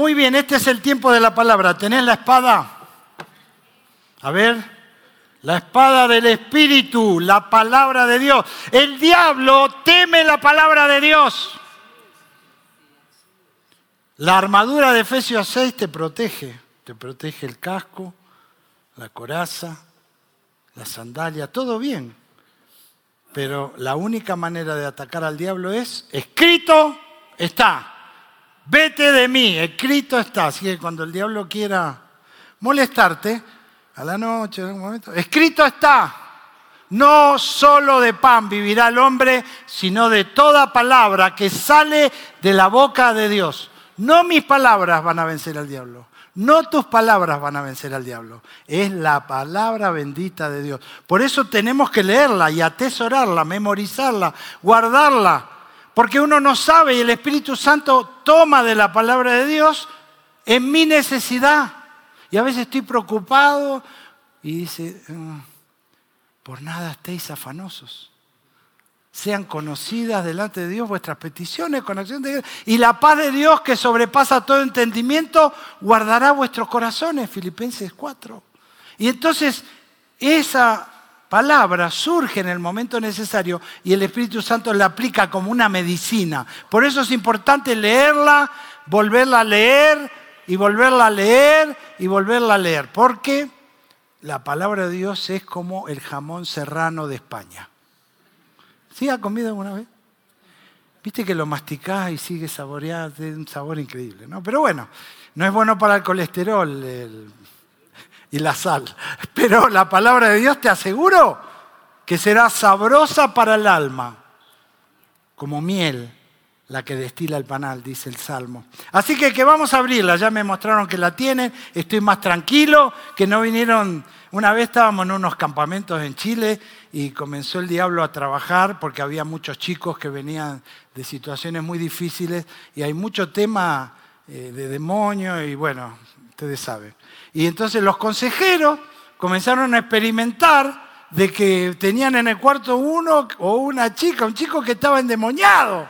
muy bien, este es el tiempo de la palabra. ¿Tenés la espada? A ver, la espada del Espíritu, la palabra de Dios. El diablo teme la palabra de Dios. La armadura de Efesios 6 te protege el casco, la coraza, la sandalia, todo bien. Pero la única manera de atacar al diablo es, escrito está. Vete de mí, escrito está. Así que cuando el diablo quiera molestarte, a la noche, en algún momento, escrito está. No solo de pan vivirá el hombre, sino de toda palabra que sale de la boca de Dios. No mis palabras van a vencer al diablo. No tus palabras van a vencer al diablo. Es la palabra bendita de Dios. Por eso tenemos que leerla y atesorarla, memorizarla, guardarla. Porque uno no sabe y el Espíritu Santo toma de la palabra de Dios en mi necesidad. Y a veces estoy preocupado y dice, por nada estéis afanosos. Sean conocidas delante de Dios vuestras peticiones con acción de Dios. Y la paz de Dios que sobrepasa todo entendimiento guardará vuestros corazones. Filipenses 4. Y entonces esa palabra surge en el momento necesario y el Espíritu Santo la aplica como una medicina. Por eso es importante leerla, volverla a leer y volverla a leer y volverla a leer. Porque la palabra de Dios es como el jamón serrano de España. ¿Sí ha comido alguna vez? Viste que lo masticás y sigue saboreando, tiene un sabor increíble, ¿no? Pero bueno, no es bueno para el colesterol y la sal. Pero la palabra de Dios te aseguro que será sabrosa para el alma, como miel, la que destila el panal, dice el Salmo. Así que vamos a abrirla, ya me mostraron que la tienen, estoy más tranquilo, que no vinieron. Una vez estábamos en unos campamentos en Chile y comenzó el diablo a trabajar porque había muchos chicos que venían de situaciones muy difíciles y hay mucho tema de demonio y bueno, ustedes saben. Y entonces los consejeros comenzaron a experimentar de que tenían en el cuarto uno o una chica, un chico que estaba endemoniado.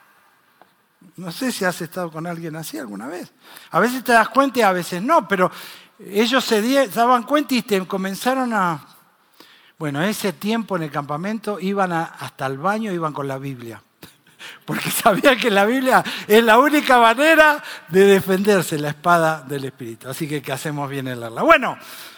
No sé si has estado con alguien así alguna vez. A veces te das cuenta y a veces no, pero ellos se daban cuenta y te comenzaron a... Bueno, ese tiempo en el campamento iban hasta el baño, iban con la Biblia. Porque sabían que la Biblia es la única manera de defenderse, la espada del Espíritu. Así que hacemos bien en leerla. Bueno,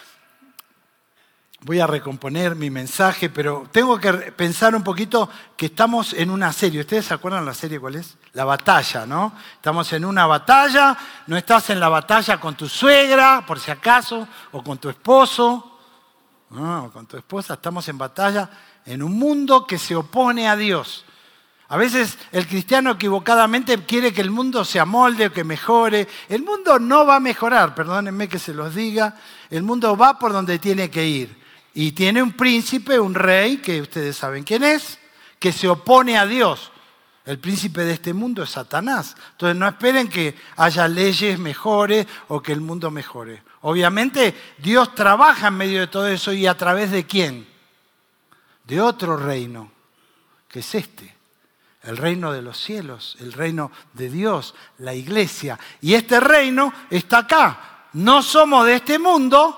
voy a recomponer mi mensaje, pero tengo que pensar un poquito que estamos en una serie. ¿Ustedes se acuerdan la serie cuál es? La batalla, ¿no? Estamos en una batalla, no estás en la batalla con tu suegra, por si acaso, o con tu esposo. No, con tu esposa. Estamos en batalla en un mundo que se opone a Dios. A veces el cristiano equivocadamente quiere que el mundo se amolde o que mejore. El mundo no va a mejorar, perdónenme que se los diga. El mundo va por donde tiene que ir. Y tiene un príncipe, un rey, que ustedes saben quién es, que se opone a Dios. El príncipe de este mundo es Satanás. Entonces no esperen que haya leyes mejores o que el mundo mejore. Obviamente Dios trabaja en medio de todo eso y a través de ¿quién? De otro reino, que es este. El reino de los cielos, el reino de Dios, la iglesia. Y este reino está acá. No somos de este mundo,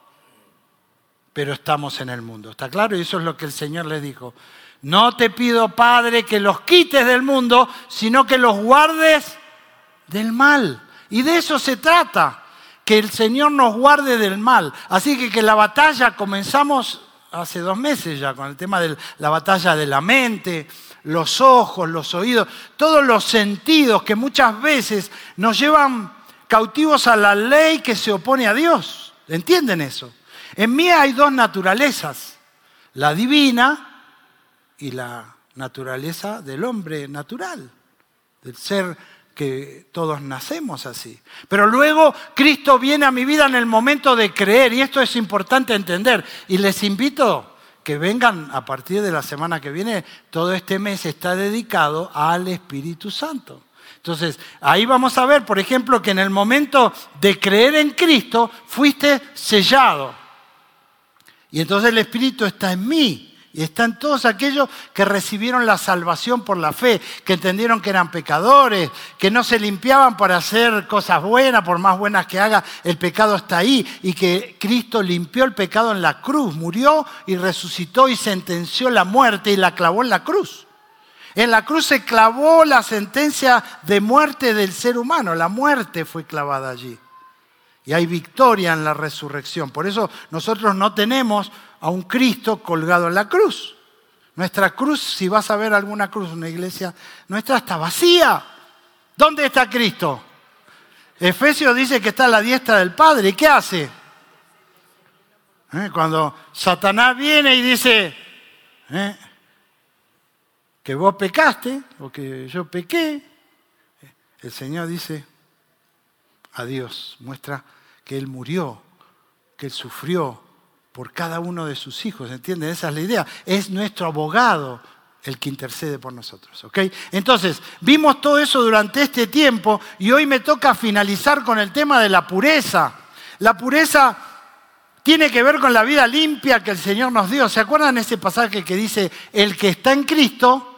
pero estamos en el mundo. ¿Está claro? Y eso es lo que el Señor les dijo. No te pido, Padre, que los quites del mundo, sino que los guardes del mal. Y de eso se trata, que el Señor nos guarde del mal. Así que la batalla comenzamos hace 2 meses ya con el tema de la batalla de la mente, los ojos, los oídos, todos los sentidos que muchas veces nos llevan cautivos a la ley que se opone a Dios. ¿Entienden eso? En mí hay 2 naturalezas, la divina y la naturaleza del hombre natural, del ser que todos nacemos así. Pero luego Cristo viene a mi vida en el momento de creer y esto es importante entender. Y les invito que vengan a partir de la semana que viene. Todo este mes está dedicado al Espíritu Santo. Entonces, ahí vamos a ver, por ejemplo, que en el momento de creer en Cristo fuiste sellado. Y entonces el Espíritu está en mí. Y están todos aquellos que recibieron la salvación por la fe, que entendieron que eran pecadores, que no se limpiaban por hacer cosas buenas, por más buenas que haga, el pecado está ahí. Y que Cristo limpió el pecado en la cruz, murió y resucitó y sentenció la muerte y la clavó en la cruz. En la cruz se clavó la sentencia de muerte del ser humano, la muerte fue clavada allí. Y hay victoria en la resurrección. Por eso nosotros no tenemos a un Cristo colgado en la cruz. Nuestra cruz, si vas a ver alguna cruz en una iglesia, nuestra está vacía. ¿Dónde está Cristo? Efesios dice que está a la diestra del Padre. ¿Y qué hace? Cuando Satanás viene y dice que vos pecaste o que yo pequé, el Señor dice adiós. Muestra que Él murió, que Él sufrió por cada uno de sus hijos, ¿entienden? Esa es la idea. Es nuestro abogado el que intercede por nosotros, ¿ok? Entonces, vimos todo eso durante este tiempo y hoy me toca finalizar con el tema de la pureza. La pureza tiene que ver con la vida limpia que el Señor nos dio. ¿Se acuerdan ese pasaje que dice, el que está en Cristo,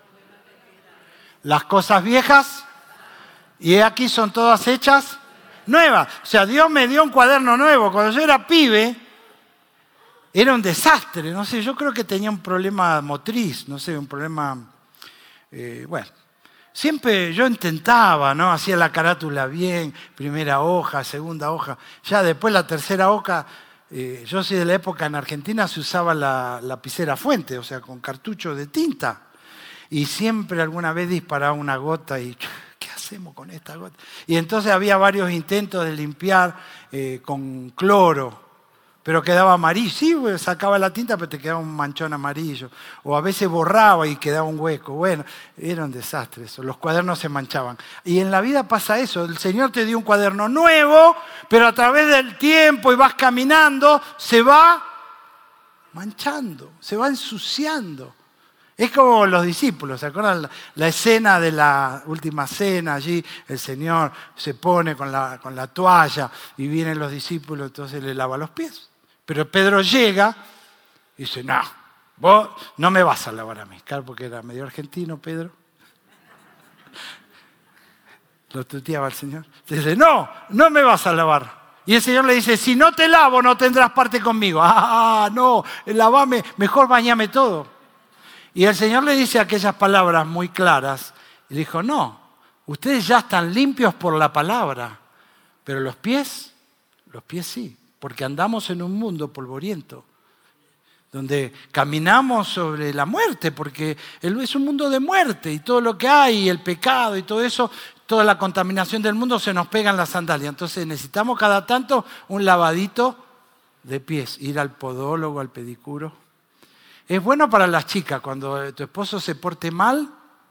las cosas viejas, y aquí son todas hechas nuevas? O sea, Dios me dio un cuaderno nuevo. Cuando yo era pibe, era un desastre, no sé, yo creo que tenía un problema motriz, no sé, un problema, bueno, siempre yo intentaba, ¿no? Hacía la carátula bien, primera hoja, segunda hoja, ya después la tercera hoja, yo soy de la época en Argentina se usaba la lapicera fuente, o sea, con cartucho de tinta, y siempre alguna vez disparaba una gota y ¿qué hacemos con esta gota? Y entonces había varios intentos de limpiar con cloro, pero quedaba amarillo. Sí, sacaba la tinta, pero te quedaba un manchón amarillo. O a veces borraba y quedaba un hueco. Bueno, era un desastre eso. Los cuadernos se manchaban. Y en la vida pasa eso. El Señor te dio un cuaderno nuevo, pero a través del tiempo y vas caminando, se va manchando, se va ensuciando. Es como los discípulos, ¿se acuerdan la escena de la última cena? Allí el Señor se pone con la toalla y vienen los discípulos, entonces le lava los pies. Pero Pedro llega y dice, no, vos no me vas a lavar a mí. Claro, porque era medio argentino Pedro. Lo tuteaba el Señor. Dice, no me vas a lavar. Y el Señor le dice, si no te lavo no tendrás parte conmigo. No, lavame, mejor bañame todo. Y el Señor le dice aquellas palabras muy claras. Y dijo, no, ustedes ya están limpios por la palabra, pero los pies sí, porque andamos en un mundo polvoriento, donde caminamos sobre la muerte, porque es un mundo de muerte y todo lo que hay, el pecado y todo eso, toda la contaminación del mundo se nos pega en la sandalia. Entonces necesitamos cada tanto un lavadito de pies, ir al podólogo, al pedicuro. Es bueno para las chicas, cuando tu esposo se porte mal,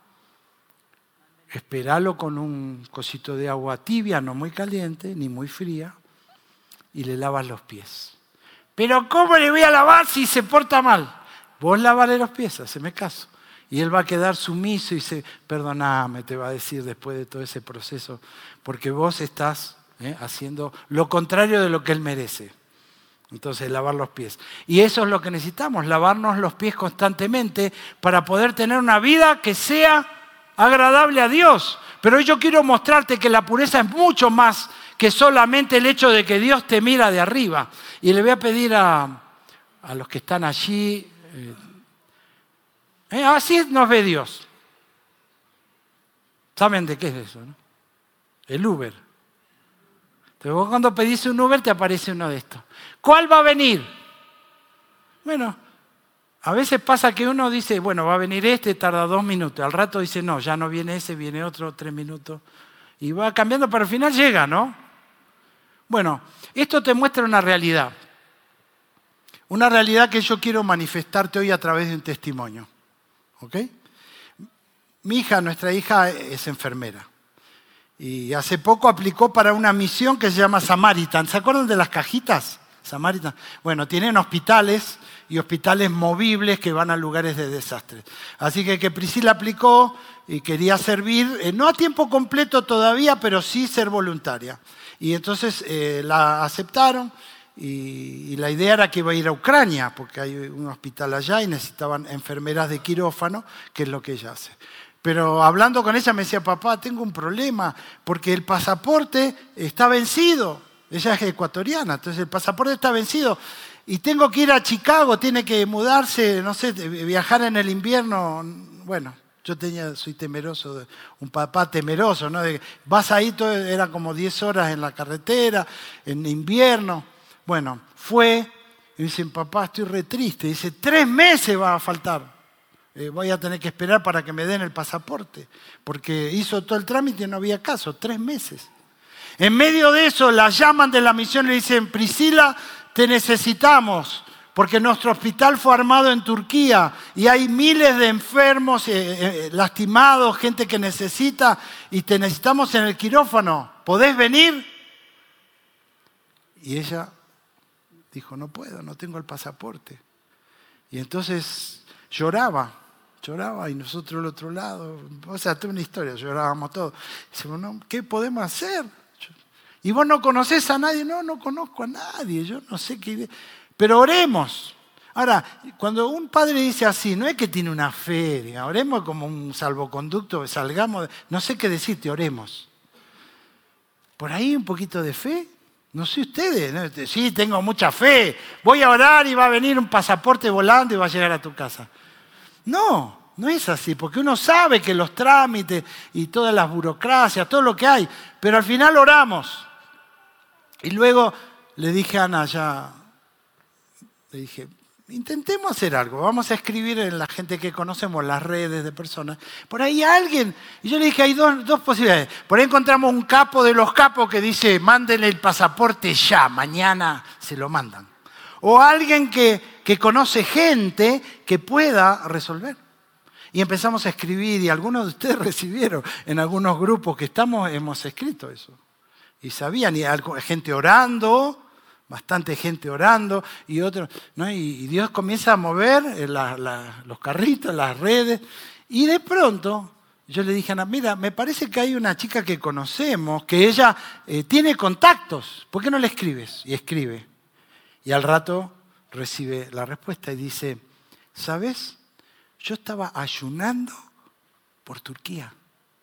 espéralo con un cosito de agua tibia, no muy caliente ni muy fría, y le lavas los pies. Pero ¿cómo le voy a lavar si se porta mal? Vos lavale los pies, haceme caso. Y él va a quedar sumiso y dice, perdóname, te va a decir después de todo ese proceso, porque vos estás haciendo lo contrario de lo que él merece. Entonces, lavar los pies. Y eso es lo que necesitamos, lavarnos los pies constantemente para poder tener una vida que sea agradable a Dios. Pero hoy yo quiero mostrarte que la pureza es mucho más que solamente el hecho de que Dios te mira de arriba. Y le voy a pedir a los que están allí, así nos ve Dios. ¿Saben de qué es eso, no? El Uber. Entonces vos cuando pedís un Uber te aparece uno de estos. ¿Cuál va a venir? Bueno, a veces pasa que uno dice, bueno, va a venir este, tarda 2 minutos. Al rato dice, no, ya no viene ese, viene otro, 3 minutos. Y va cambiando, pero al final llega, ¿no? Bueno, esto te muestra una realidad. Una realidad que yo quiero manifestarte hoy a través de un testimonio. ¿Ok? Mi hija, nuestra hija, es enfermera. Y hace poco aplicó para una misión que se llama Samaritan. ¿Se acuerdan de las cajitas? Samaritan. Bueno, tienen hospitales y hospitales movibles que van a lugares de desastres. Así que Priscila aplicó y quería servir, no a tiempo completo todavía, pero sí ser voluntaria. Y entonces la aceptaron y la idea era que iba a ir a Ucrania, porque hay un hospital allá y necesitaban enfermeras de quirófano, que es lo que ella hace. Pero hablando con ella me decía, papá, tengo un problema, porque el pasaporte está vencido. Ella es ecuatoriana, entonces el pasaporte está vencido. Y tengo que ir a Chicago, tiene que mudarse, no sé, viajar en el invierno. Bueno, yo soy temeroso, un papá temeroso, ¿no? Vas ahí, era como 10 horas en la carretera, en invierno. Bueno, fue, y dicen, papá, estoy re triste. Dice, 3 meses va a faltar. Voy a tener que esperar para que me den el pasaporte, porque hizo todo el trámite y no había caso, 3 meses. En medio de eso la llaman de la misión y le dicen, Priscila, te necesitamos, porque nuestro hospital fue armado en Turquía y hay miles de enfermos, lastimados, gente que necesita y te necesitamos en el quirófano. ¿Podés venir? Y ella dijo, no puedo, no tengo el pasaporte. Y entonces lloraba y nosotros al otro lado, o sea, toda una historia, llorábamos todos. Dice, bueno, ¿qué podemos hacer? ¿Y vos no conocés a nadie? No conozco a nadie, yo no sé qué... Pero oremos. Ahora, cuando un padre dice así, no es que tiene una fe, digamos, oremos como un salvoconducto, salgamos, no sé qué decirte, oremos. Por ahí un poquito de fe, no sé ustedes, ¿no? Sí, tengo mucha fe, voy a orar y va a venir un pasaporte volando y va a llegar a tu casa. No es así, porque uno sabe que los trámites y todas las burocracias, todo lo que hay, pero al final oramos. Y luego le dije a Ana, le dije, intentemos hacer algo, vamos a escribir en la gente que conocemos, las redes de personas. Por ahí alguien, y yo le dije, hay dos posibilidades. Por ahí encontramos un capo de los capos que dice, mándenle el pasaporte ya, mañana se lo mandan. O alguien que conoce gente que pueda resolver. Y empezamos a escribir, y algunos de ustedes recibieron, en algunos grupos que estamos, hemos escrito eso. Y sabían, y gente orando, bastante gente orando, y otros, ¿no? Y Dios comienza a mover los carritos, las redes, y de pronto yo le dije a Ana, mira, me parece que hay una chica que conocemos, que ella tiene contactos, ¿por qué no le escribes? Y escribe. Y al rato recibe la respuesta y dice, ¿sabes? Yo estaba ayunando por Turquía.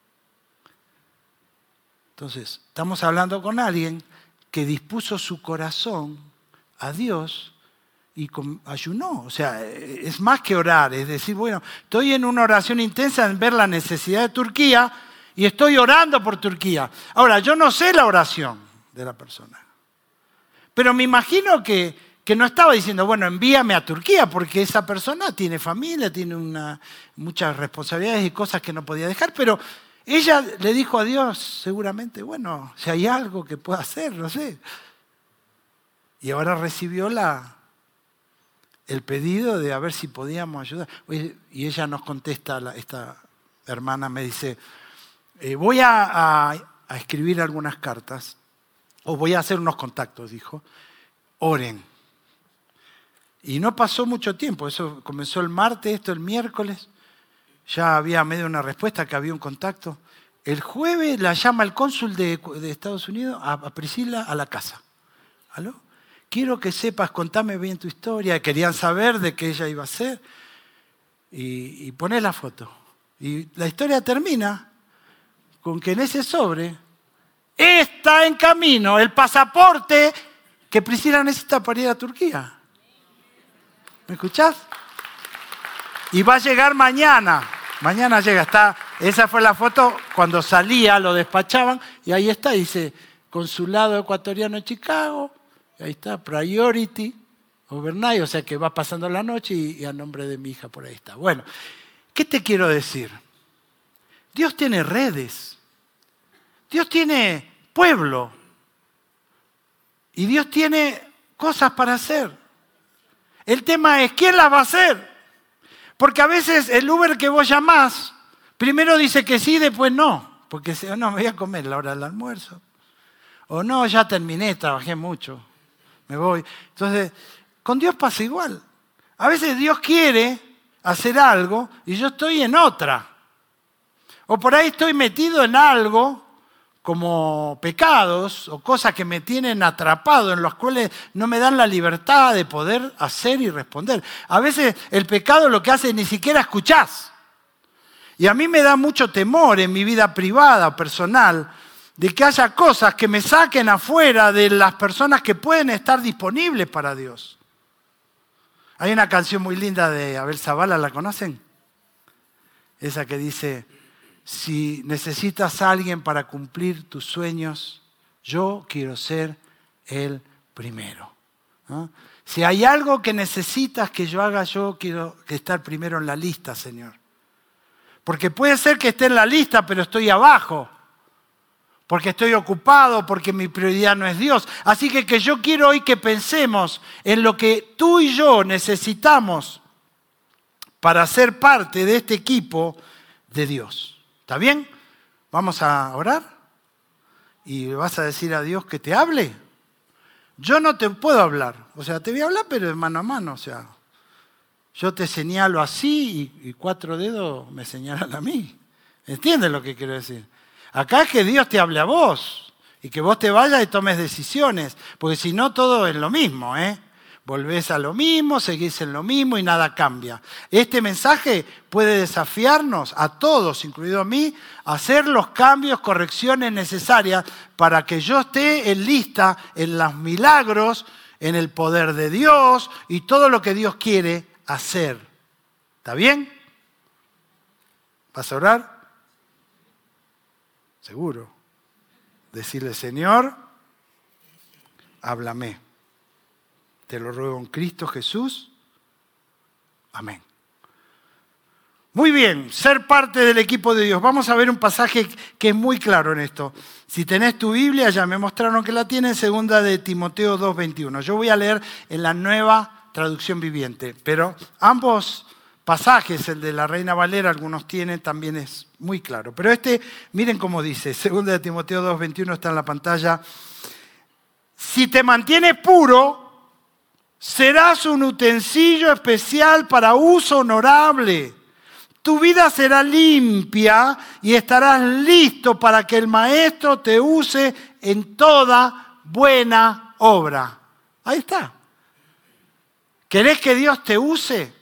Entonces, estamos hablando con alguien que dispuso su corazón a Dios y ayunó. O sea, es más que orar, es decir, bueno, estoy en una oración intensa en ver la necesidad de Turquía y estoy orando por Turquía. Ahora, yo no sé la oración de la persona, pero me imagino que no estaba diciendo, bueno, envíame a Turquía, porque esa persona tiene familia, tiene muchas responsabilidades y cosas que no podía dejar, pero ella le dijo a Dios, seguramente, bueno, si hay algo que pueda hacer, no sé. Y ahora recibió el pedido de a ver si podíamos ayudar. Y ella nos contesta, esta hermana me dice, voy a escribir algunas cartas, o voy a hacer unos contactos, dijo, oren. Y no pasó mucho tiempo, eso comenzó el martes, esto el miércoles, ya había medio una respuesta, que había un contacto. El jueves la llama el cónsul de Estados Unidos a Priscila a la casa. ¿Aló? Quiero que sepas, contame bien tu historia. Querían saber de qué ella iba a hacer. Y poné la foto. Y la historia termina con que en ese sobre está en camino el pasaporte que Priscila necesita para ir a Turquía. ¿Me escuchás? Y va a llegar mañana. Mañana llega. Esa fue la foto cuando salía, lo despachaban. Y ahí está, dice, Consulado Ecuatoriano en Chicago. Y ahí está, Priority Overnight. O sea que va pasando la noche y a nombre de mi hija por ahí está. Bueno, ¿qué te quiero decir? Dios tiene redes. Dios tiene pueblo. Y Dios tiene cosas para hacer. El tema es, ¿quién las va a hacer? Porque a veces el Uber que vos llamás, primero dice que sí, después no. Porque no, me voy a comer la hora del almuerzo. O no, ya terminé, trabajé mucho, me voy. Entonces, con Dios pasa igual. A veces Dios quiere hacer algo y yo estoy en otra. O por ahí estoy metido en algo como pecados o cosas que me tienen atrapado, en los cuales no me dan la libertad de poder hacer y responder. A veces el pecado lo que hace es ni siquiera escuchás. Y a mí me da mucho temor en mi vida privada o personal de que haya cosas que me saquen afuera de las personas que pueden estar disponibles para Dios. Hay una canción muy linda de Abel Zavala, ¿la conocen? Esa que dice: si necesitas a alguien para cumplir tus sueños, yo quiero ser el primero. ¿No? Si hay algo que necesitas que yo haga, yo quiero estar primero en la lista, Señor. Porque puede ser que esté en la lista, pero estoy abajo. Porque estoy ocupado, porque mi prioridad no es Dios. Así que yo quiero hoy que pensemos en lo que tú y yo necesitamos para ser parte de este equipo de Dios. ¿Está bien? Vamos a orar y vas a decir a Dios que te hable. Yo no te puedo hablar, o sea, te voy a hablar pero de mano a mano, o sea, yo te señalo así y 4 dedos me señalan a mí. ¿Entiendes lo que quiero decir? Acá es que Dios te hable a vos y que vos te vayas y tomes decisiones, porque si no todo es lo mismo, Volvés a lo mismo, seguís en lo mismo y nada cambia. Este mensaje puede desafiarnos a todos, incluido a mí, a hacer los cambios, correcciones necesarias para que yo esté en lista en los milagros, en el poder de Dios y todo lo que Dios quiere hacer. ¿Está bien? ¿Vas a orar? Seguro. Decirle: Señor, háblame. Te lo ruego en Cristo Jesús. Amén. Muy bien, ser parte del equipo de Dios. Vamos a ver un pasaje que es muy claro en esto. Si tenés tu Biblia, ya me mostraron que la tienen, 2 de Timoteo 2:21. Yo voy a leer en la Nueva Traducción Viviente, pero ambos pasajes, el de la Reina Valera, algunos tienen, también es muy claro. Pero miren cómo dice, 2 de Timoteo 2:21 está en la pantalla. Si te mantienes puro, serás un utensilio especial para uso honorable. Tu vida será limpia y estarás listo para que el Maestro te use en toda buena obra. Ahí está. ¿Querés que Dios te use?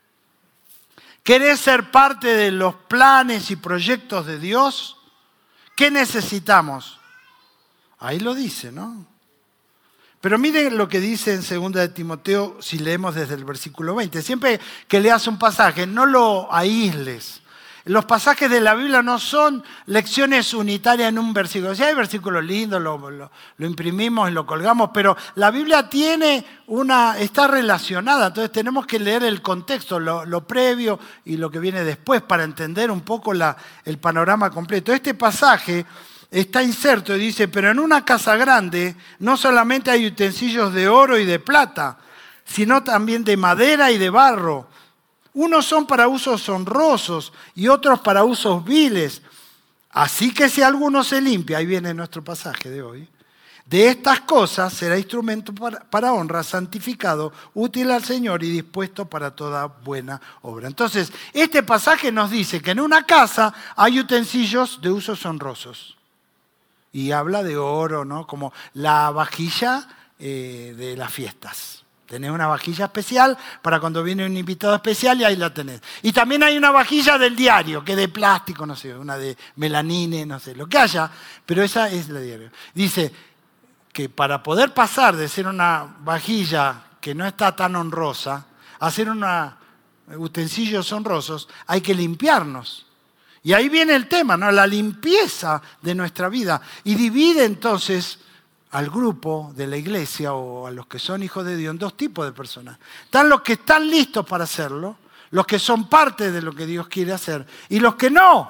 ¿Querés ser parte de los planes y proyectos de Dios? ¿Qué necesitamos? Ahí lo dice, ¿no? Pero miren lo que dice en 2 de Timoteo, si leemos desde el versículo 20. Siempre que leas un pasaje, no lo aísles. Los pasajes de la Biblia no son lecciones unitarias en un versículo. Si hay versículos lindos, lo imprimimos y lo colgamos, pero la Biblia está relacionada. Entonces tenemos que leer el contexto, lo previo y lo que viene después para entender un poco el panorama completo. Este pasaje está inserto y dice: pero en una casa grande no solamente hay utensilios de oro y de plata, sino también de madera y de barro. Unos son para usos honrosos y otros para usos viles. Así que si alguno se limpia, ahí viene nuestro pasaje de hoy, de estas cosas será instrumento para honra, santificado, útil al Señor y dispuesto para toda buena obra. Entonces, este pasaje nos dice que en una casa hay utensilios de usos honrosos. Y habla de oro, ¿no? Como la vajilla de las fiestas. Tenés una vajilla especial para cuando viene un invitado especial y ahí la tenés. Y también hay una vajilla del diario, que es de plástico, no sé, una de melanine, no sé, lo que haya, pero esa es la diario. Dice que para poder pasar de ser una vajilla que no está tan honrosa a ser utensilios honrosos, hay que limpiarnos. Y ahí viene el tema, ¿no? La limpieza de nuestra vida. Y divide entonces al grupo de la iglesia o a los que son hijos de Dios en 2 tipos de personas. Están los que están listos para hacerlo, los que son parte de lo que Dios quiere hacer, y los que no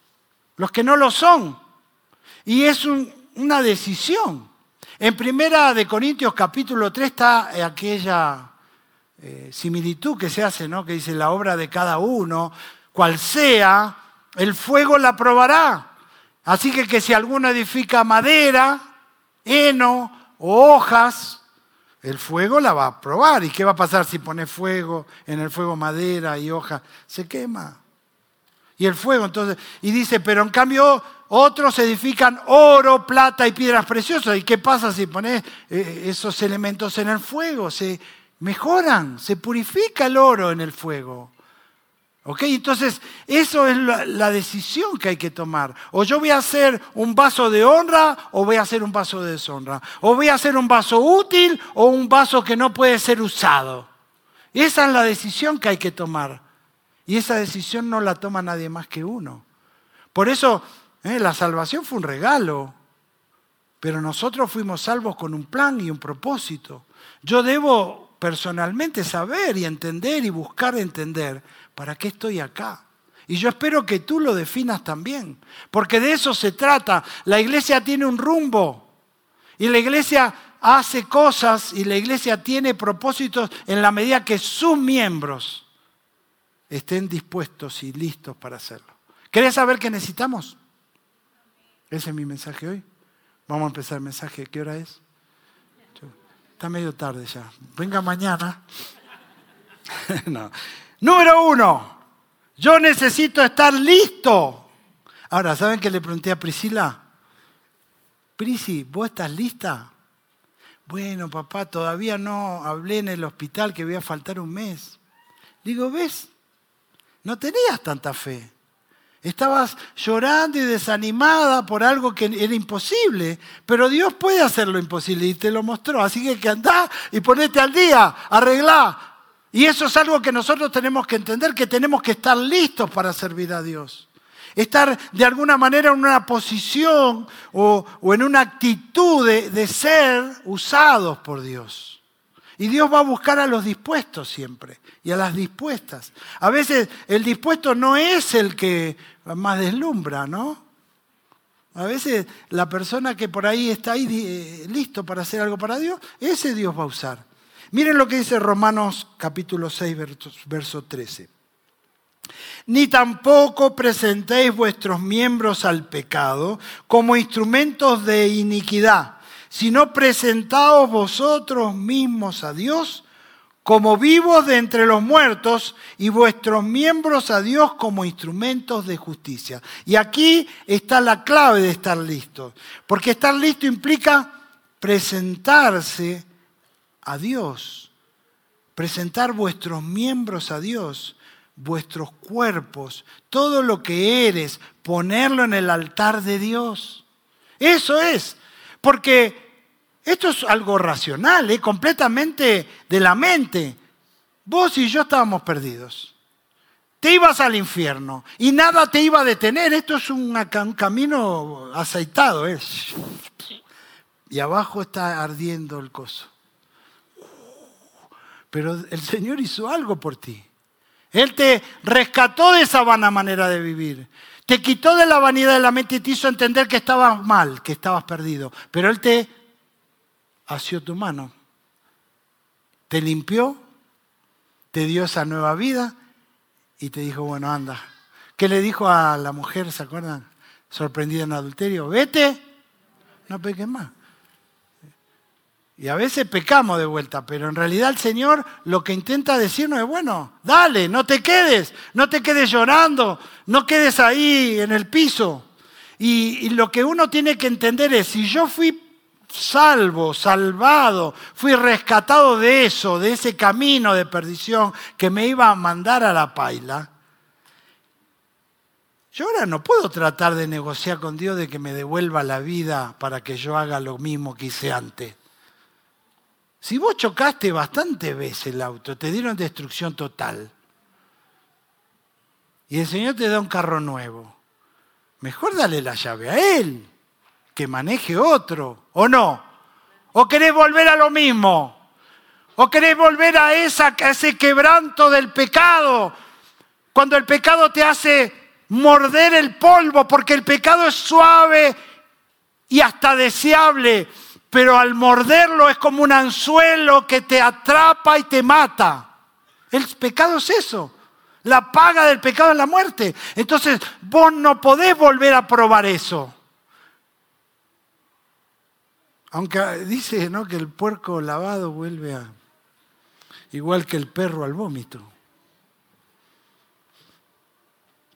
lo son. Y es una decisión. En 1 de Corintios capítulo 3 está aquella similitud que se hace, ¿no? Que dice: la obra de cada uno, cual sea, el fuego la probará. Así que si alguno edifica madera, heno o hojas, el fuego la va a probar. ¿Y qué va a pasar si pone fuego, en el fuego madera y hoja? Se quema. Y el fuego, entonces, y dice, pero en cambio otros edifican oro, plata y piedras preciosas. ¿Y qué pasa si pones esos elementos en el fuego? Se mejoran, se purifica el oro en el fuego. ¿Ok? Entonces, eso es la decisión que hay que tomar. O yo voy a hacer un vaso de honra o voy a hacer un vaso de deshonra. O voy a hacer un vaso útil o un vaso que no puede ser usado. Esa es la decisión que hay que tomar. Y esa decisión no la toma nadie más que uno. Por eso, la salvación fue un regalo. Pero nosotros fuimos salvos con un plan y un propósito. Yo debo personalmente saber y entender y buscar entender para qué estoy acá. Y yo espero que tú lo definas también. Porque de eso se trata. La iglesia tiene un rumbo. Y la iglesia hace cosas y la iglesia tiene propósitos en la medida que sus miembros estén dispuestos y listos para hacerlo. ¿Querés saber qué necesitamos? Ese es mi mensaje hoy. Vamos a empezar el mensaje. ¿Qué hora es? Está medio tarde ya. Venga mañana. No. Número 1. Yo necesito estar listo. Ahora, ¿saben qué le pregunté a Priscila? Prisi, ¿vos estás lista? Bueno, papá, todavía no hablé en el hospital que voy a faltar un mes. Digo, ¿ves? No tenías tanta fe. Estabas llorando y desanimada por algo que era imposible, pero Dios puede hacer lo imposible y te lo mostró. Así que andá y ponete al día, arreglá. Y eso es algo que nosotros tenemos que entender, que tenemos que estar listos para servir a Dios. Estar de alguna manera en una posición o en una actitud de ser usados por Dios. Y Dios va a buscar a los dispuestos siempre y a las dispuestas. A veces el dispuesto no es el que más deslumbra, ¿no? A veces la persona que por ahí está ahí listo para hacer algo para Dios, ese Dios va a usar. Miren lo que dice Romanos capítulo 6, verso 13. Ni tampoco presentéis vuestros miembros al pecado como instrumentos de iniquidad, sino presentaos vosotros mismos a Dios como vivos de entre los muertos y vuestros miembros a Dios como instrumentos de justicia. Y aquí está la clave de estar listo, porque estar listo implica presentarse a Dios, presentar vuestros miembros a Dios, vuestros cuerpos, todo lo que eres, ponerlo en el altar de Dios. Eso es. Porque esto es algo racional, completamente de la mente. Vos y yo estábamos perdidos. Te ibas al infierno y nada te iba a detener. Esto es un camino aceitado. Y abajo está ardiendo el coso. Pero el Señor hizo algo por ti. Él te rescató de esa vana manera de vivir. Te quitó de la vanidad de la mente y te hizo entender que estabas mal, que estabas perdido. Pero Él te asió tu mano, te limpió, te dio esa nueva vida y te dijo, bueno, anda. ¿Qué le dijo a la mujer, se acuerdan? Sorprendida en adulterio, vete, no peques más. Y a veces pecamos de vuelta, pero en realidad el Señor lo que intenta decirnos es, bueno, dale, no te quedes llorando, no quedes ahí en el piso. Y lo que uno tiene que entender es, si yo fui salvado, fui rescatado de eso, de ese camino de perdición que me iba a mandar a la paila, yo ahora no puedo tratar de negociar con Dios de que me devuelva la vida para que yo haga lo mismo que hice antes. Si vos chocaste bastantes veces el auto, te dieron destrucción total, y el Señor te da un carro nuevo, mejor dale la llave a Él, que maneje otro, ¿o no? ¿O querés volver a lo mismo? ¿O querés volver a ese quebranto del pecado? Cuando el pecado te hace morder el polvo, porque el pecado es suave y hasta deseable, pero al morderlo es como un anzuelo que te atrapa y te mata. El pecado es eso. La paga del pecado es la muerte. Entonces vos no podés volver a probar eso. Aunque dice, ¿no?, que el puerco lavado vuelve igual que el perro al vómito.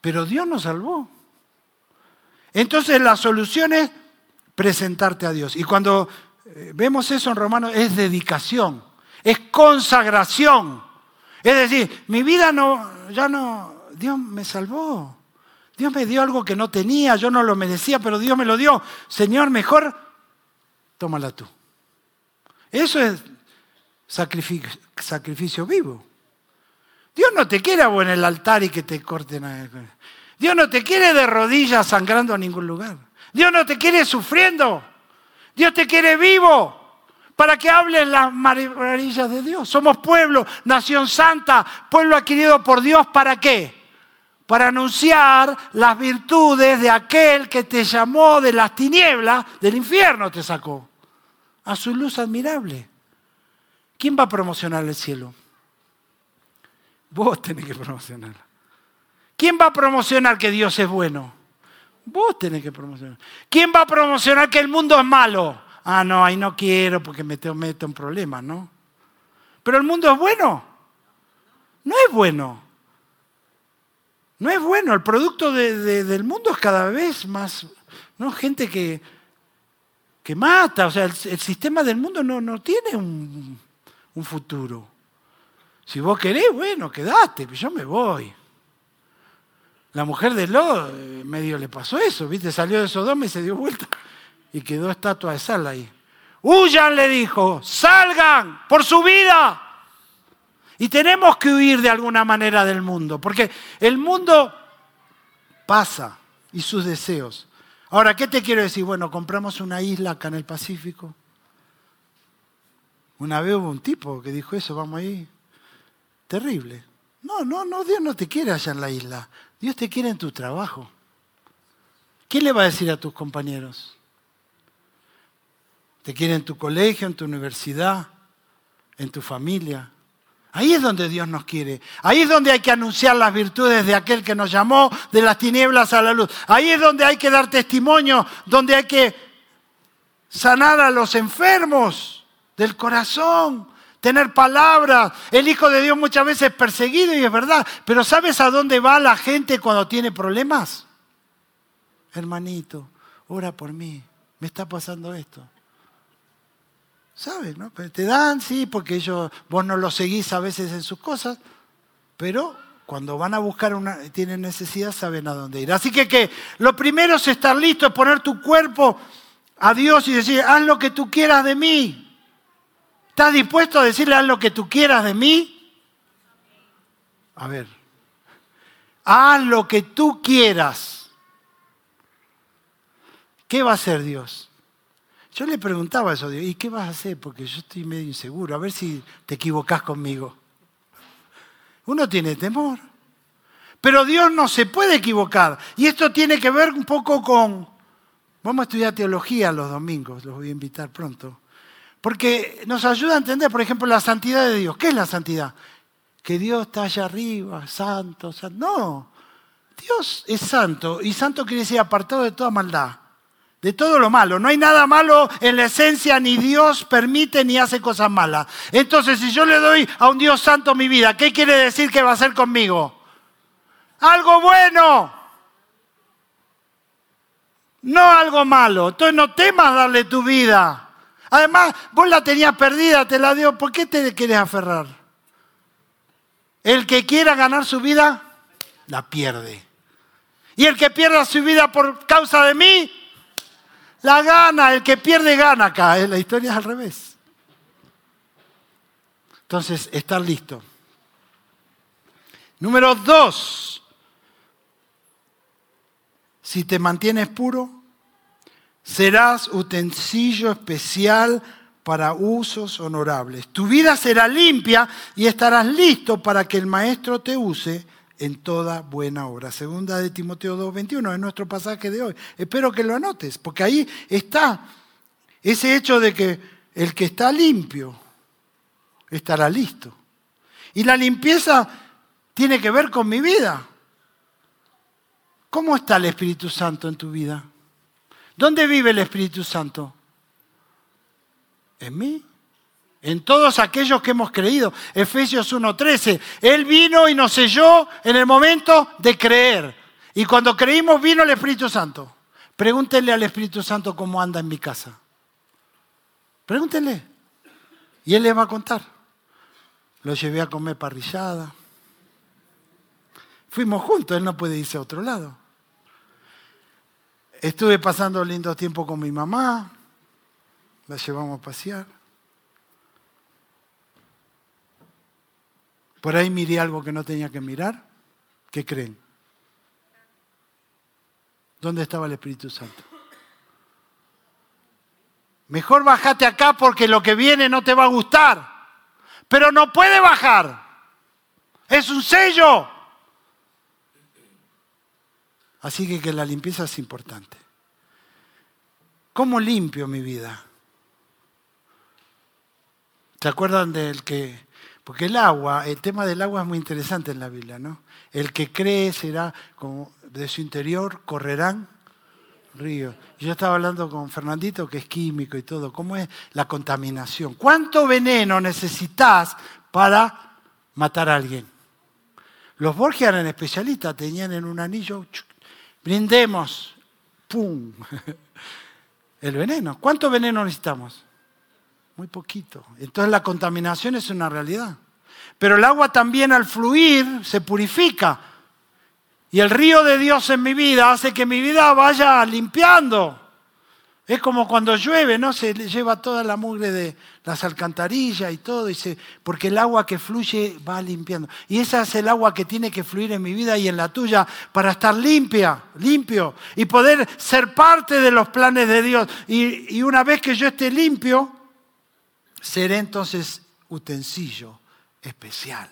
Pero Dios nos salvó. Entonces la solución es presentarte a Dios. Y cuando vemos eso en Romanos, es dedicación, es consagración. Es decir, mi vida Dios me salvó. Dios me dio algo que no tenía, yo no lo merecía, pero Dios me lo dio. Señor, mejor, tómala tú. Eso es sacrificio vivo. Dios no te quiere en el altar y que te corten. Dios no te quiere de rodillas sangrando a ningún lugar. Dios no te quiere sufriendo. Dios te quiere vivo para que hables las maravillas de Dios. Somos pueblo, nación santa, pueblo adquirido por Dios. ¿Para qué? Para anunciar las virtudes de aquel que te llamó de las tinieblas, del infierno te sacó, a su luz admirable. ¿Quién va a promocionar el cielo? Vos tenés que promocionarlo. ¿Quién va a promocionar que Dios es bueno? Vos tenés que promocionar. ¿Quién va a promocionar que el mundo es malo? Ah, no, ahí no quiero porque me meto en problemas, ¿no? Pero el mundo es bueno. No es bueno. No es bueno. El producto del mundo es cada vez más, ¿no? Gente que mata. O sea, el sistema del mundo no tiene un futuro. Si vos querés, bueno, quedate, yo me voy. La mujer de Lot medio le pasó eso, ¿viste? Salió de Sodoma y se dio vuelta y quedó estatua de sal ahí. Huyan, le dijo, salgan por su vida. Y tenemos que huir de alguna manera del mundo, porque el mundo pasa y sus deseos. Ahora, ¿qué te quiero decir? Bueno, compramos una isla acá en el Pacífico. Una vez hubo un tipo que dijo eso, vamos ahí. Terrible. No, Dios no te quiere allá en la isla. Dios te quiere en tu trabajo. ¿Qué le va a decir a tus compañeros? Te quiere en tu colegio, en tu universidad, en tu familia. Ahí es donde Dios nos quiere. Ahí es donde hay que anunciar las virtudes de aquel que nos llamó de las tinieblas a la luz. Ahí es donde hay que dar testimonio, donde hay que sanar a los enfermos del corazón, tener palabras. El Hijo de Dios muchas veces es perseguido y es verdad. Pero ¿sabes a dónde va la gente cuando tiene problemas? Hermanito, ora por mí. Me está pasando esto. ¿Sabes? ¿No? Te dan, sí, porque vos no los seguís a veces en sus cosas. Pero cuando van a buscar tienen necesidad, saben a dónde ir. Así que lo primero es estar listo, es poner tu cuerpo a Dios y decir, haz lo que tú quieras de mí. ¿Estás dispuesto a decirle haz lo que tú quieras de mí? A ver. Haz lo que tú quieras. ¿Qué va a hacer Dios? Yo le preguntaba eso a Dios, ¿y qué vas a hacer? Porque yo estoy medio inseguro, a ver si te equivocás conmigo. Uno tiene temor. Pero Dios no se puede equivocar. Y esto tiene que ver un poco con... Vamos a estudiar teología los domingos, los voy a invitar pronto. Porque nos ayuda a entender, por ejemplo, la santidad de Dios. ¿Qué es la santidad? Que Dios está allá arriba, santo, santo. No, Dios es santo. Y santo quiere decir apartado de toda maldad. De todo lo malo. No hay nada malo en la esencia, ni Dios permite ni hace cosas malas. Entonces, si yo le doy a un Dios santo mi vida, ¿qué quiere decir que va a hacer conmigo? Algo bueno. No algo malo. Entonces no temas darle tu vida. Además, vos la tenías perdida, te la dio. ¿Por qué te querés aferrar? El que quiera ganar su vida, la pierde. Y el que pierda su vida por causa de mí, la gana. El que pierde, gana acá. La historia es al revés. Entonces, estar listo. Número 2. Si te mantienes puro, serás utensilio especial para usos honorables. Tu vida será limpia y estarás listo para que el Maestro te use en toda buena obra. Segunda de Timoteo 2:21 es nuestro pasaje de hoy. Espero que lo anotes, porque ahí está ese hecho de que el que está limpio estará listo. Y la limpieza tiene que ver con mi vida. ¿Cómo está el Espíritu Santo en tu vida? ¿Dónde vive el Espíritu Santo? ¿En mí? En todos aquellos que hemos creído. Efesios 1:13. Él vino y nos selló en el momento de creer. Y cuando creímos vino el Espíritu Santo. Pregúntenle al Espíritu Santo cómo anda en mi casa. Pregúntenle. Y Él les va a contar. Lo llevé a comer parrillada. Fuimos juntos, Él no puede irse a otro lado. Estuve pasando lindos tiempos con mi mamá. La llevamos a pasear. Por ahí miré algo que no tenía que mirar. ¿Qué creen? ¿Dónde estaba el Espíritu Santo? Mejor bájate acá porque lo que viene no te va a gustar. Pero no puede bajar. Es un sello. Así que la limpieza es importante. ¿Cómo limpio mi vida? ¿Se acuerdan del que...? Porque el tema del agua es muy interesante en la Biblia, ¿no? El que cree será, como de su interior correrán ríos. Yo estaba hablando con Fernandito, que es químico y todo. ¿Cómo es la contaminación? ¿Cuánto veneno necesitas para matar a alguien? Los Borgia eran especialistas, tenían en un anillo, brindemos, ¡pum! El veneno. ¿Cuánto veneno necesitamos? Muy poquito. Entonces la contaminación es una realidad. Pero el agua también al fluir se purifica. Y el río de Dios en mi vida hace que mi vida vaya limpiando. Es como cuando llueve, ¿no? Se lleva toda la mugre de las alcantarillas y todo, porque el agua que fluye va limpiando. Y esa es el agua que tiene que fluir en mi vida y en la tuya para estar limpio, y poder ser parte de los planes de Dios. Y una vez que yo esté limpio, seré entonces utensilio especial.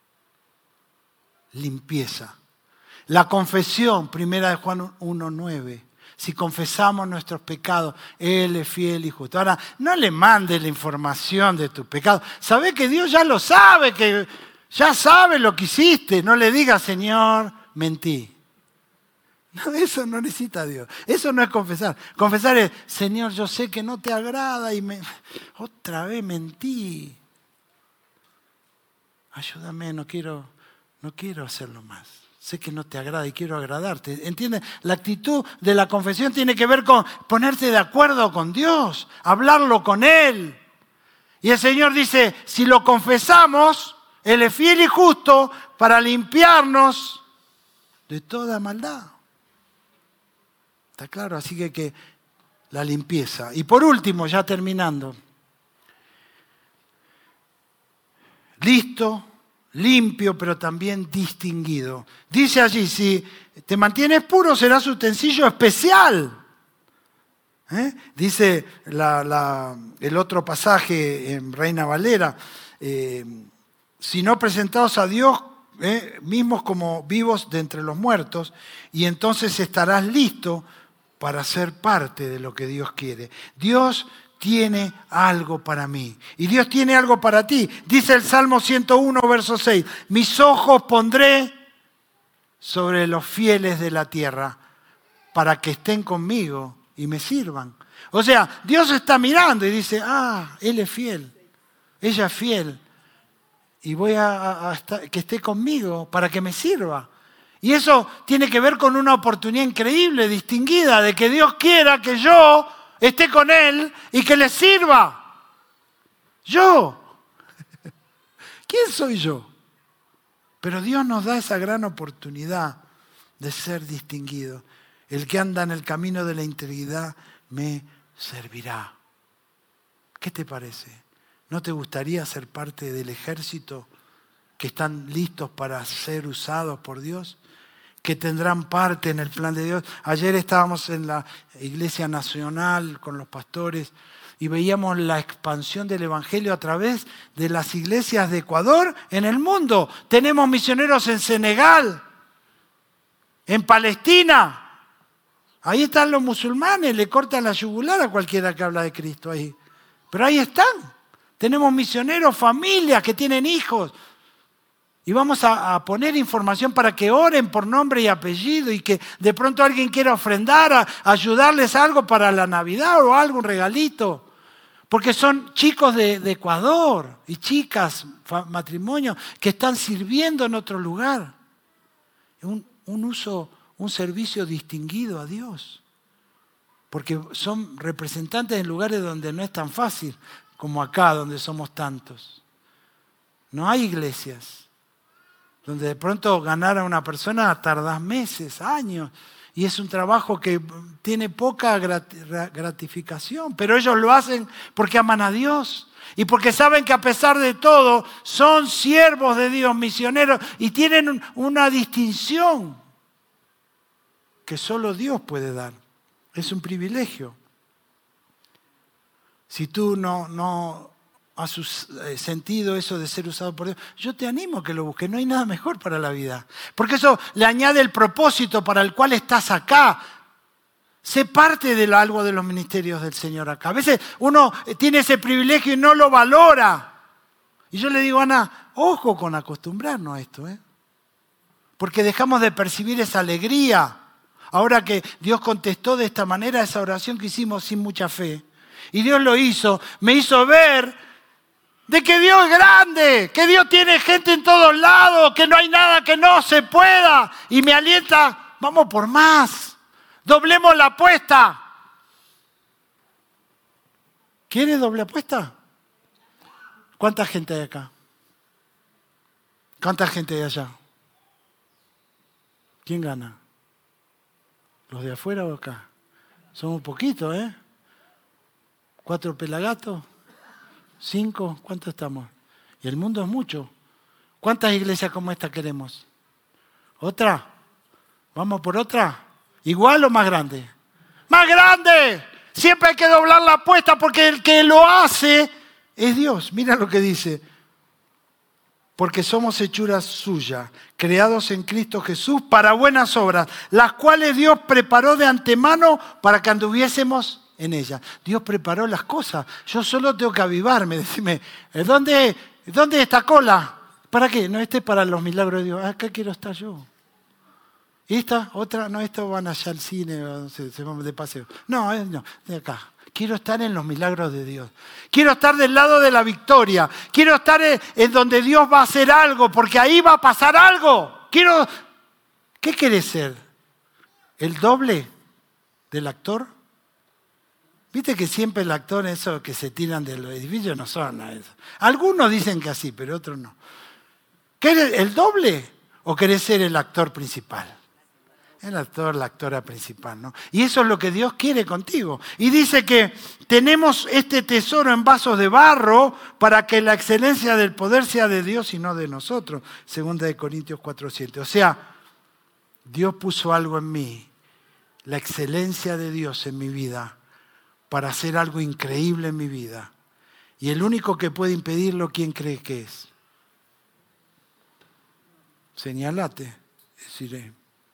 Limpieza. La confesión, 1 Juan 1:9. Si confesamos nuestros pecados, Él es fiel y justo. Ahora, no le mandes la información de tus pecados. Sabe que Dios ya lo sabe, que ya sabe lo que hiciste. No le digas, Señor, mentí. No, eso no necesita Dios. Eso no es confesar. Confesar es, Señor, yo sé que no te agrada y otra vez mentí. Ayúdame, no quiero hacerlo más. Sé que no te agrada y quiero agradarte. ¿Entiendes? La actitud de la confesión tiene que ver con ponerte de acuerdo con Dios, hablarlo con Él. Y el Señor dice, si lo confesamos, Él es fiel y justo para limpiarnos de toda maldad. ¿Está claro? Así que la limpieza. Y por último, ya terminando. Listo, limpio, pero también distinguido. Dice allí, si te mantienes puro, serás utensilio especial. Dice el otro pasaje en Reina Valera, si no presentaos a Dios mismos como vivos de entre los muertos, y entonces estarás listo para ser parte de lo que Dios quiere. Dios tiene algo para mí. Y Dios tiene algo para ti. Dice el Salmo 101, verso 6. Mis ojos pondré sobre los fieles de la tierra para que estén conmigo y me sirvan. O sea, Dios está mirando y dice, Él es fiel, ella es fiel. Y voy a que esté conmigo para que me sirva. Y eso tiene que ver con una oportunidad increíble, distinguida, de que Dios quiera que yo esté con Él y que le sirva. Yo. ¿Quién soy yo? Pero Dios nos da esa gran oportunidad de ser distinguido. El que anda en el camino de la integridad me servirá. ¿Qué te parece? ¿No te gustaría ser parte del ejército que están listos para ser usados por Dios? Que tendrán parte en el plan de Dios. Ayer estábamos en la Iglesia Nacional con los pastores y veíamos la expansión del Evangelio a través de las iglesias de Ecuador en el mundo. Tenemos misioneros en Senegal, en Palestina. Ahí están los musulmanes, le cortan la yugular a cualquiera que habla de Cristo ahí. Pero ahí están. Tenemos misioneros, familias que tienen hijos. Y vamos a poner información para que oren por nombre y apellido y que de pronto alguien quiera ofrendar, a ayudarles algo para la Navidad o algo, un regalito. Porque son chicos de Ecuador y chicas, matrimonios, que están sirviendo en otro lugar. Un uso un servicio distinguido a Dios. Porque son representantes en lugares donde no es tan fácil como acá, donde somos tantos. No hay iglesias donde de pronto ganar a una persona tardás meses, años, y es un trabajo que tiene poca gratificación, pero ellos lo hacen porque aman a Dios y porque saben que a pesar de todo son siervos de Dios, misioneros, y tienen una distinción que solo Dios puede dar. Es un privilegio. Si tú no has sentido eso de ser usado por Dios, yo te animo a que lo busques. No hay nada mejor para la vida. Porque eso le añade el propósito para el cual estás acá. Sé parte de algo de los ministerios del Señor acá. A veces uno tiene ese privilegio y no lo valora. Y yo le digo, Ana, ojo con acostumbrarnos a esto, porque dejamos de percibir esa alegría. Ahora que Dios contestó de esta manera esa oración que hicimos sin mucha fe. Y Dios lo hizo, me hizo ver de que Dios es grande, que Dios tiene gente en todos lados, que no hay nada que no se pueda. Y me alienta, vamos por más, doblemos la apuesta. ¿Quieres doble apuesta? ¿Cuánta gente hay acá? ¿Cuánta gente hay allá? ¿Quién gana? ¿Los de afuera o acá? Somos poquitos, 4 pelagatos, 5, ¿cuántos estamos? Y el mundo es mucho. ¿Cuántas iglesias como esta queremos? ¿Otra? ¿Vamos por otra? ¿Igual o más grande? ¡Más grande! Siempre hay que doblar la apuesta porque el que lo hace es Dios. Mira lo que dice. Porque somos hechuras suyas, creados en Cristo Jesús para buenas obras, las cuales Dios preparó de antemano para que anduviésemos en ellas. Dios preparó las cosas. Yo solo tengo que avivarme, decirme, ¿dónde está cola? ¿Para qué? No, este es para los milagros de Dios. Acá quiero estar yo. ¿Y esta? ¿Otra? No, estos van allá al cine, se van de paseo. No, de acá. Quiero estar en los milagros de Dios. Quiero estar del lado de la victoria. Quiero estar en donde Dios va a hacer algo, porque ahí va a pasar algo. ¿Qué querés ser? ¿El doble del actor? Viste que siempre el actor, esos que se tiran de los edificios, no son eso. Algunos dicen que así, pero otros no. ¿Querés el doble o querés ser el actor principal? El actor, la actora principal, ¿no? Y eso es lo que Dios quiere contigo. Y dice que tenemos este tesoro en vasos de barro para que la excelencia del poder sea de Dios y no de nosotros. 2 Corintios 4:7. O sea, Dios puso algo en mí, la excelencia de Dios en mi vida, para hacer algo increíble en mi vida. Y el único que puede impedirlo, ¿quién cree que es? Señálate, deciré.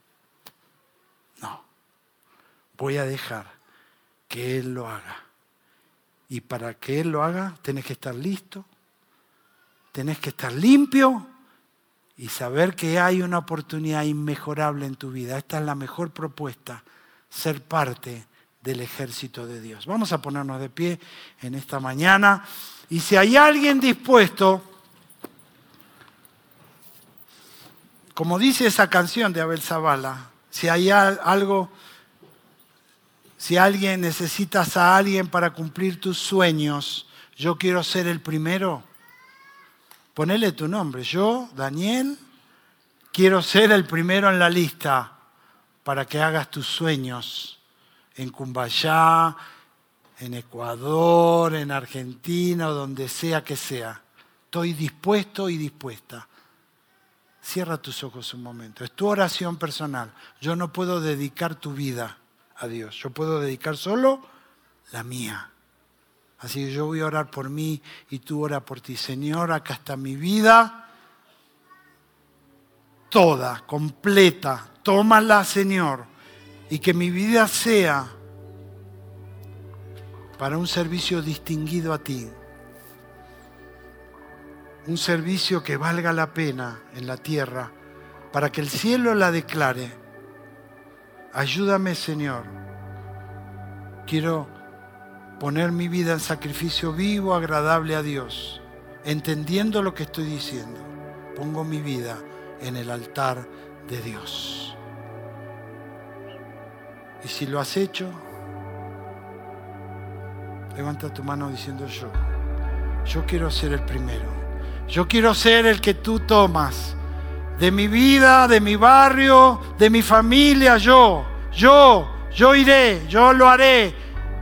No, voy a dejar que Él lo haga. Y para que Él lo haga, tenés que estar listo, tenés que estar limpio y saber que hay una oportunidad inmejorable en tu vida. Esta es la mejor propuesta, ser parte del ejército de Dios. Vamos a ponernos de pie en esta mañana. Y si hay alguien dispuesto, como dice esa canción de Abel Zavala, si hay algo, si alguien necesitas a alguien para cumplir tus sueños, yo quiero ser el primero, ponele tu nombre. Yo, Daniel, quiero ser el primero en la lista para que hagas tus sueños en Cumbayá, en Ecuador, en Argentina o donde sea que sea. Estoy dispuesto y dispuesta. Cierra tus ojos un momento. Es tu oración personal. Yo no puedo dedicar tu vida a Dios. Yo puedo dedicar solo la mía. Así que yo voy a orar por mí y tú ora por ti. Señor, acá está mi vida. Toda, completa. Tómala, Señor. Y que mi vida sea para un servicio distinguido a ti. Un servicio que valga la pena en la tierra, para que el cielo la declare. Ayúdame, Señor. Quiero poner mi vida en sacrificio vivo, agradable a Dios, entendiendo lo que estoy diciendo. Pongo mi vida en el altar de Dios. Y si lo has hecho, levanta tu mano diciendo yo quiero ser el primero. Yo quiero ser el que tú tomas de mi vida, de mi barrio, de mi familia. Yo iré, yo lo haré.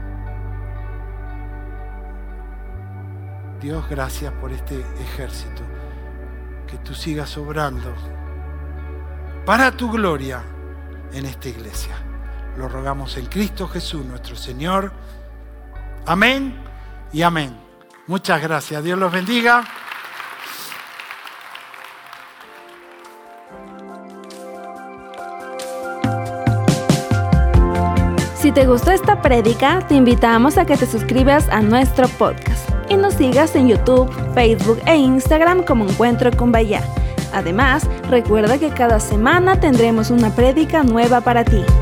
Dios, gracias por este ejército. Que tú sigas obrando para tu gloria en esta iglesia. Lo rogamos en Cristo Jesús, nuestro Señor. Amén y amén. Muchas gracias. Dios los bendiga. Si te gustó esta prédica, te invitamos a que te suscribas a nuestro podcast y nos sigas en YouTube, Facebook e Instagram como Encuentro con Bayá. Además, recuerda que cada semana tendremos una prédica nueva para ti.